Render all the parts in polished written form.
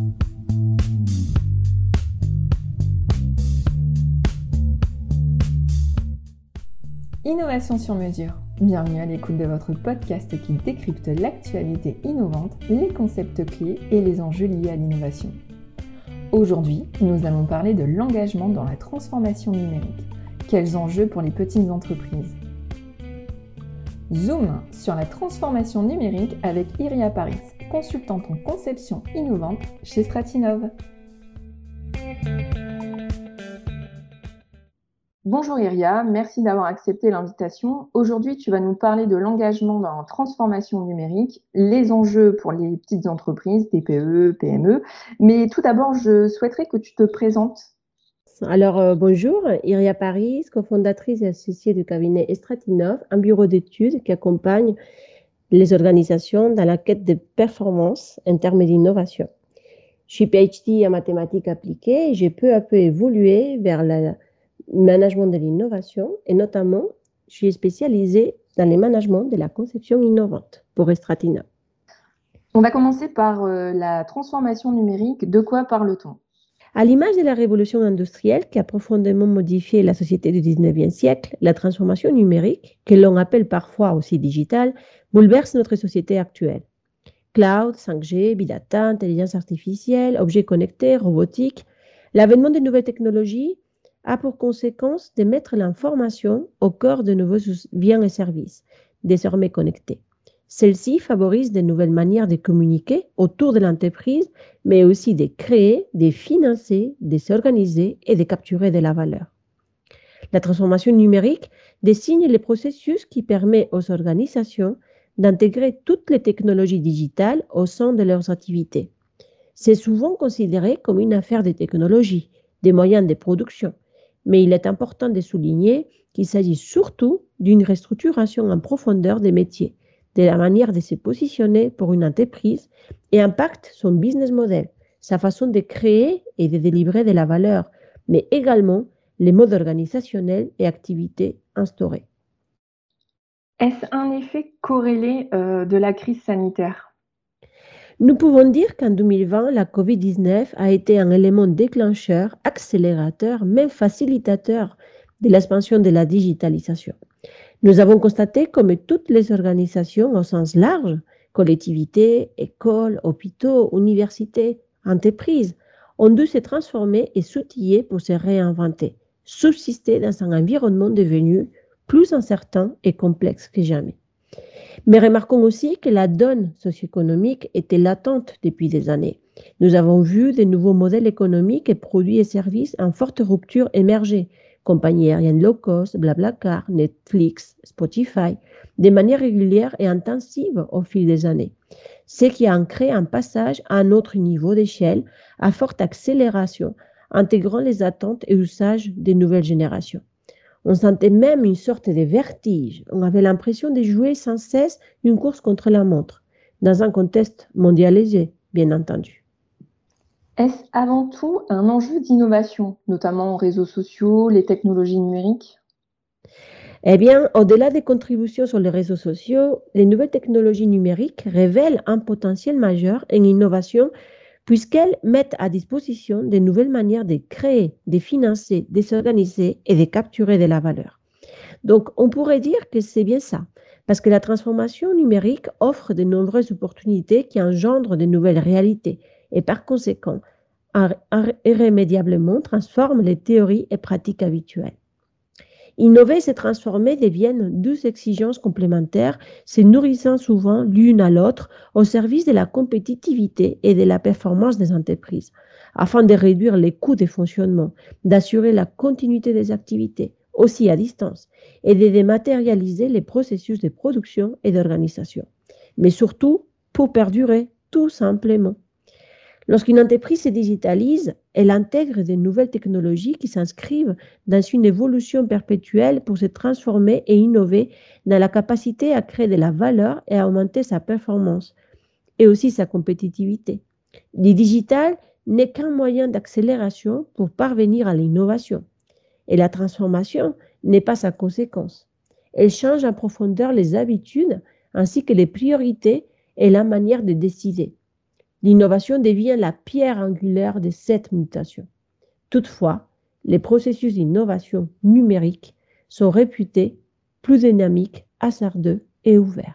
Innovation sur mesure. Bienvenue à l'écoute de votre podcast qui décrypte l'actualité innovante, les concepts clés et les enjeux liés à l'innovation. Aujourd'hui, nous allons parler de l'engagement dans la transformation numérique. Quels enjeux pour les petites entreprises? Zoom sur la transformation numérique avec Iria Paris, consultante en conception innovante chez Stratinov. Bonjour Iria, merci d'avoir accepté l'invitation. Aujourd'hui, tu vas nous parler de l'engagement dans la transformation numérique, les enjeux pour les petites entreprises, TPE, PME. Mais tout d'abord, je souhaiterais que tu te présentes. Alors, bonjour, Iria Paris, cofondatrice et associée du cabinet Stratinov, un bureau d'études qui accompagne les organisations dans la quête de performance en termes d'innovation. Je suis PhD en mathématiques appliquées et j'ai peu à peu évolué vers le management de l'innovation et notamment, je suis spécialisée dans le management de la conception innovante pour Stratinov. On va commencer par la transformation numérique. De quoi parle-t-on? À l'image de la révolution industrielle qui a profondément modifié la société du 19e siècle, la transformation numérique, que l'on appelle parfois aussi digitale, bouleverse notre société actuelle. Cloud, 5G, big data, intelligence artificielle, objets connectés, robotique, l'avènement de nouvelles technologies a pour conséquence de mettre l'information au cœur de nouveaux biens et services, désormais connectés. Celle-ci favorise de nouvelles manières de communiquer autour de l'entreprise, mais aussi de créer, de financer, de s'organiser et de capturer de la valeur. La transformation numérique désigne les processus qui permettent aux organisations d'intégrer toutes les technologies digitales au sein de leurs activités. C'est souvent considéré comme une affaire de technologie, des moyens de production, mais il est important de souligner qu'il s'agit surtout d'une restructuration en profondeur des métiers, de la manière de se positionner pour une entreprise et impacte son business model, sa façon de créer et de délivrer de la valeur, mais également les modes organisationnels et activités instaurés. Est-ce un effet corrélé de la crise sanitaire? Nous pouvons dire qu'en 2020, la COVID-19 a été un élément déclencheur, accélérateur, même facilitateur de l'expansion de la digitalisation. Nous avons constaté comme toutes les organisations au sens large, collectivités, écoles, hôpitaux, universités, entreprises, ont dû se transformer et s'outiller pour se réinventer, subsister dans un environnement devenu plus incertain et complexe que jamais. Mais remarquons aussi que la donne socio-économique était latente depuis des années. Nous avons vu de nouveaux modèles économiques et produits et services en forte rupture émerger, compagnies aériennes low cost, Blablacar, Netflix, Spotify, de manière régulière et intensive au fil des années. Ce qui a créé un passage à un autre niveau d'échelle, à forte accélération, intégrant les attentes et usages des nouvelles générations. On sentait même une sorte de vertige. On avait l'impression de jouer sans cesse une course contre la montre, dans un contexte mondialisé, bien entendu. Est-ce avant tout un enjeu d'innovation, notamment aux réseaux sociaux, les technologies numériques? Eh bien, au-delà des contributions sur les réseaux sociaux, les nouvelles technologies numériques révèlent un potentiel majeur en innovation puisqu'elles mettent à disposition de nouvelles manières de créer, de financer, de s'organiser et de capturer de la valeur. Donc, on pourrait dire que c'est bien ça, parce que la transformation numérique offre de nombreuses opportunités qui engendrent de nouvelles réalités et par conséquent, irrémédiablement transforment les théories et pratiques habituelles. Innover et se transformer deviennent deux exigences complémentaires, se nourrissant souvent l'une à l'autre au service de la compétitivité et de la performance des entreprises, afin de réduire les coûts de fonctionnement, d'assurer la continuité des activités, aussi à distance, et de dématérialiser les processus de production et d'organisation. Mais surtout, pour perdurer, tout simplement. Lorsqu'une entreprise se digitalise, elle intègre de nouvelles technologies qui s'inscrivent dans une évolution perpétuelle pour se transformer et innover dans la capacité à créer de la valeur et à augmenter sa performance et aussi sa compétitivité. Le digital n'est qu'un moyen d'accélération pour parvenir à l'innovation et la transformation n'est pas sa conséquence. Elle change en profondeur les habitudes ainsi que les priorités et la manière de décider. L'innovation devient la pierre angulaire de cette mutation. Toutefois, les processus d'innovation numérique sont réputés plus dynamiques, hasardeux et ouverts.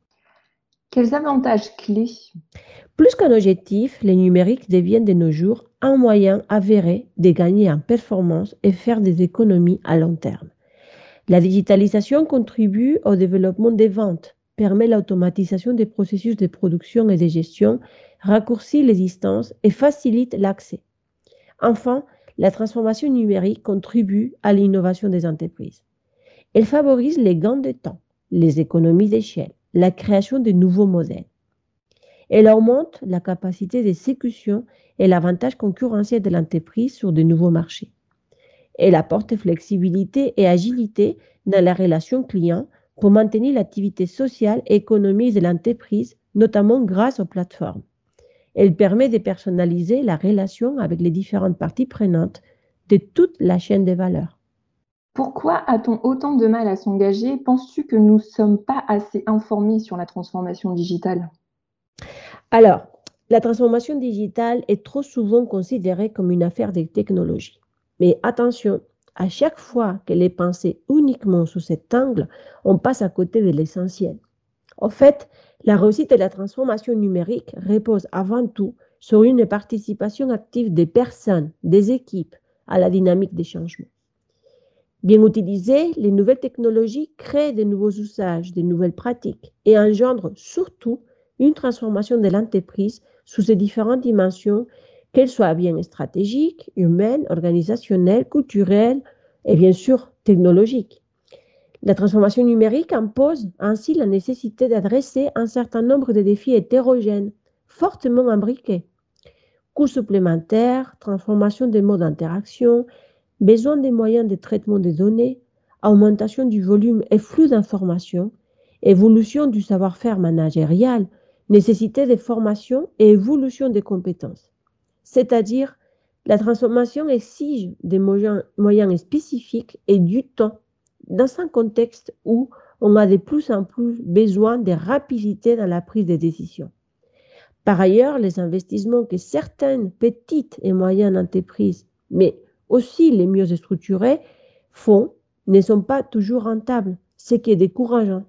Quels avantages clés? Plus qu'un objectif, les numériques deviennent de nos jours un moyen avéré de gagner en performance et faire des économies à long terme. La digitalisation contribue au développement des ventes, permet l'automatisation des processus de production et de gestion, raccourcit les distances et facilite l'accès. Enfin, la transformation numérique contribue à l'innovation des entreprises. Elle favorise les gains de temps, les économies d'échelle, la création de nouveaux modèles. Elle augmente la capacité d'exécution et l'avantage concurrentiel de l'entreprise sur de nouveaux marchés. Elle apporte flexibilité et agilité dans la relation client pour maintenir l'activité sociale et économique de l'entreprise, notamment grâce aux plateformes. Elle permet de personnaliser la relation avec les différentes parties prenantes de toute la chaîne de valeur. Pourquoi a-t-on autant de mal à s'engager? Penses-tu que nous ne sommes pas assez informés sur la transformation digitale? Alors, la transformation digitale est trop souvent considérée comme une affaire de technologie. Mais attention, à chaque fois qu'elle est pensée uniquement sous cet angle, on passe à côté de l'essentiel. En fait, la réussite de la transformation numérique repose avant tout sur une participation active des personnes, des équipes à la dynamique des changements. Bien utilisées, les nouvelles technologies créent de nouveaux usages, de nouvelles pratiques et engendrent surtout une transformation de l'entreprise sous ses différentes dimensions, qu'elles soient bien stratégiques, humaines, organisationnelles, culturelles et bien sûr technologiques. La transformation numérique impose ainsi la nécessité d'adresser un certain nombre de défis hétérogènes, fortement imbriqués. Coûts supplémentaires, transformation des modes d'interaction, besoin des moyens de traitement des données, augmentation du volume et flux d'informations, évolution du savoir-faire managérial, nécessité de formation et évolution des compétences. C'est-à-dire, la transformation exige des moyens spécifiques et du temps dans un contexte où on a de plus en plus besoin de rapidité dans la prise de décision. Par ailleurs, les investissements que certaines petites et moyennes entreprises, mais aussi les mieux structurées, font ne sont pas toujours rentables, ce qui est décourageant.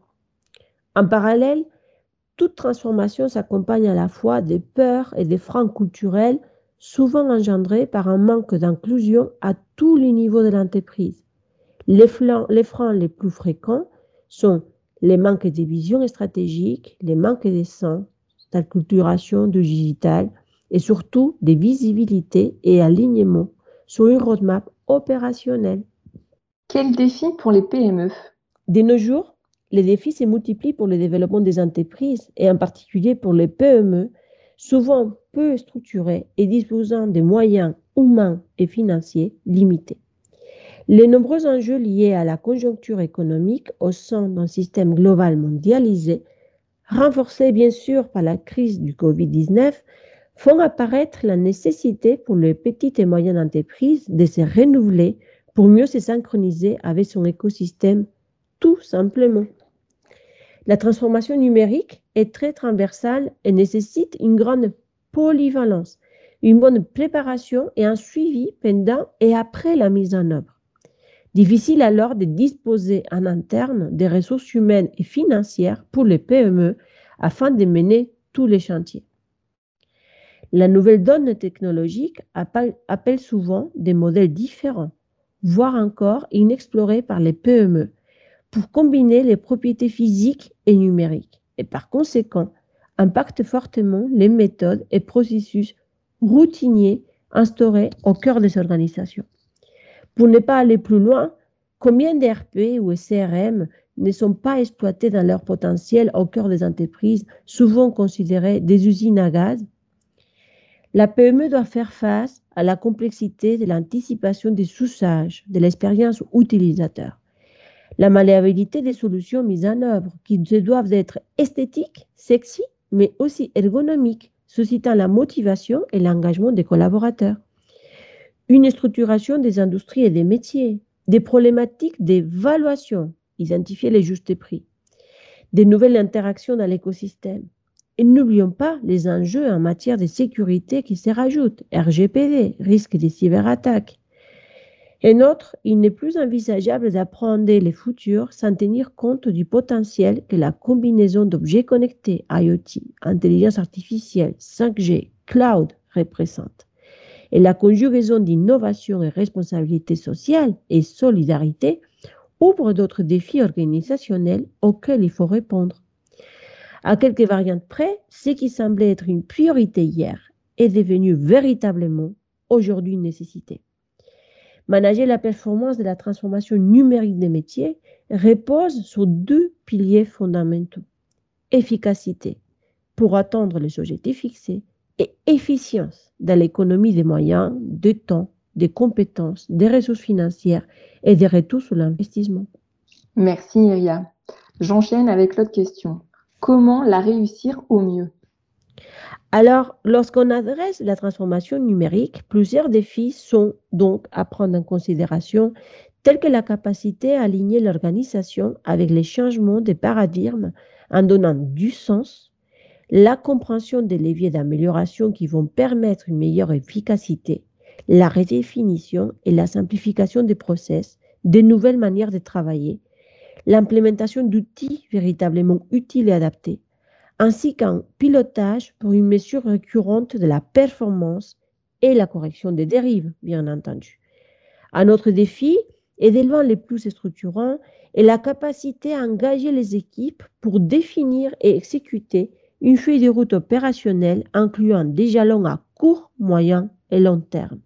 En parallèle, toute transformation s'accompagne à la fois des peurs et des freins culturels, souvent engendrés par un manque d'inclusion à tous les niveaux de l'entreprise. Les freins les plus fréquents sont les manques de vision stratégique, les manques de sens, d'acculturation du digital et surtout des visibilités et alignements sur une roadmap opérationnelle. Quel défi pour les PME? De nos jours, les défis se multiplient pour le développement des entreprises et en particulier pour les PME, souvent peu structurées et disposant de moyens humains et financiers limités. Les nombreux enjeux liés à la conjoncture économique au sein d'un système global mondialisé, renforcés bien sûr par la crise du Covid-19, font apparaître la nécessité pour les petites et moyennes entreprises de se renouveler pour mieux se synchroniser avec son écosystème, tout simplement. La transformation numérique est très transversale et nécessite une grande polyvalence, une bonne préparation et un suivi pendant et après la mise en œuvre. Difficile alors de disposer en interne des ressources humaines et financières pour les PME afin de mener tous les chantiers. La nouvelle donne technologique appelle souvent des modèles différents, voire encore inexplorés par les PME, pour combiner les propriétés physiques et numériques et par conséquent impacte fortement les méthodes et processus routiniers instaurés au cœur des organisations. Pour ne pas aller plus loin, combien d'ERP ou CRM ne sont pas exploités dans leur potentiel au cœur des entreprises, souvent considérées des usines à gaz? La PME doit faire face à la complexité de l'anticipation des usages, de l'expérience utilisateur. La malléabilité des solutions mises en œuvre, qui doivent être esthétiques, sexy, mais aussi ergonomiques, suscitant la motivation et l'engagement des collaborateurs. Une structuration des industries et des métiers, des problématiques d'évaluation, identifier les justes prix, des nouvelles interactions dans l'écosystème, Et n'oublions pas les enjeux en matière de sécurité qui se rajoutent, RGPD, risque de cyberattaques. Et notre, il n'est plus envisageable d'appréhender les futurs sans tenir compte du potentiel que la combinaison d'objets connectés, IoT, intelligence artificielle, 5G, cloud représente. Et la conjugaison d'innovation et responsabilité sociale et solidarité ouvre d'autres défis organisationnels auxquels il faut répondre. À quelques variantes près, ce qui semblait être une priorité hier est devenu véritablement aujourd'hui une nécessité. Manager la performance de la transformation numérique des métiers repose sur 2 piliers fondamentaux. Efficacité pour atteindre les objectifs fixés et efficience dans l'économie des moyens, de temps, des compétences, des ressources financières et des retours sur l'investissement. Merci Iria. J'enchaîne avec l'autre question. Comment la réussir au mieux? Alors, lorsqu'on adresse la transformation numérique, plusieurs défis sont donc à prendre en considération, tels que la capacité à aligner l'organisation avec les changements des paradigmes en donnant du sens, la compréhension des leviers d'amélioration qui vont permettre une meilleure efficacité, la redéfinition et la simplification des process, des nouvelles manières de travailler, l'implémentation d'outils véritablement utiles et adaptés, ainsi qu'un pilotage pour une mesure récurrente de la performance et la correction des dérives, bien entendu. Un autre défi, et des loin les plus structurants, est la capacité à engager les équipes pour définir et exécuter une feuille de route opérationnelle incluant des jalons à court, moyen et long terme.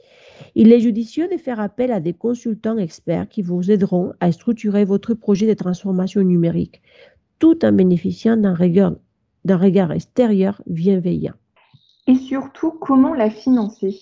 Il est judicieux de faire appel à des consultants experts qui vous aideront à structurer votre projet de transformation numérique, tout en bénéficiant d'un regard extérieur bienveillant. Et surtout, comment la financer?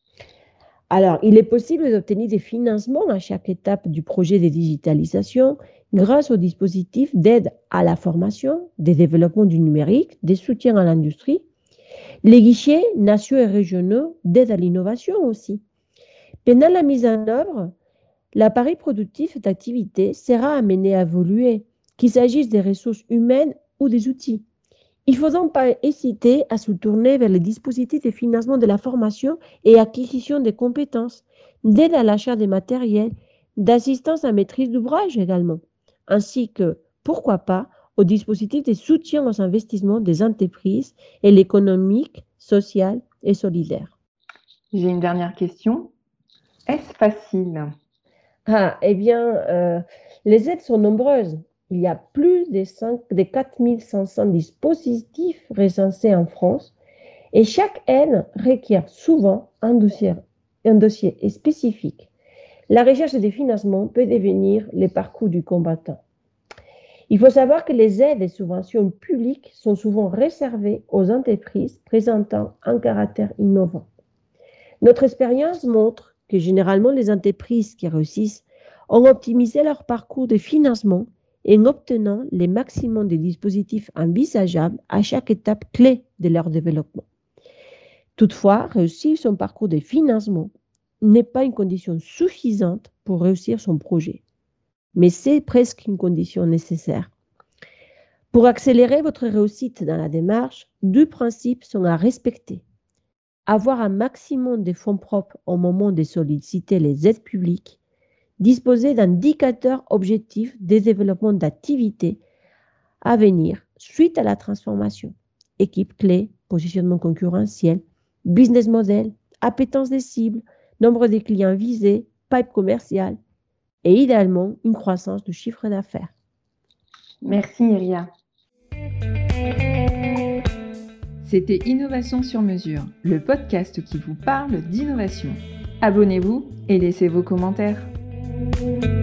Alors, il est possible d'obtenir des financements à chaque étape du projet de digitalisation grâce aux dispositifs d'aide à la formation, des développements du numérique, des soutiens à l'industrie, les guichets nationaux et régionaux d'aide à l'innovation aussi. Pendant la mise en œuvre, l'appareil productif d'activité sera amené à évoluer, qu'il s'agisse des ressources humaines ou des outils. Il ne faut donc pas hésiter à se tourner vers les dispositifs de financement de la formation et acquisition des compétences, d'aide à l'achat des matériels, d'assistance à maîtrise d'ouvrage également, ainsi que, pourquoi pas, aux dispositifs de soutien aux investissements des entreprises et l'économique, sociale et solidaire. J'ai une dernière question. Est-ce facile? Les aides sont nombreuses. Il y a plus de 4500 dispositifs recensés en France et chaque aide requiert souvent un dossier spécifique. La recherche des financements peut devenir le parcours du combattant. Il faut savoir que les aides et subventions publiques sont souvent réservées aux entreprises présentant un caractère innovant. Notre expérience montre que généralement les entreprises qui réussissent ont optimisé leur parcours de financement en obtenant le maximum de dispositifs envisageables à chaque étape clé de leur développement. Toutefois, réussir son parcours de financement n'est pas une condition suffisante pour réussir son projet, mais c'est presque une condition nécessaire. Pour accélérer votre réussite dans la démarche, 2 principes sont à respecter. Avoir un maximum de fonds propres au moment de solliciter les aides publiques, disposer d'indicateurs objectifs de développement d'activités à venir suite à la transformation, équipe clé, positionnement concurrentiel, business model, appétence des cibles, nombre de clients visés, pipe commercial et idéalement une croissance du chiffre d'affaires. Merci Iria. C'était Innovation sur mesure, le podcast qui vous parle d'innovation. Abonnez-vous et laissez vos commentaires.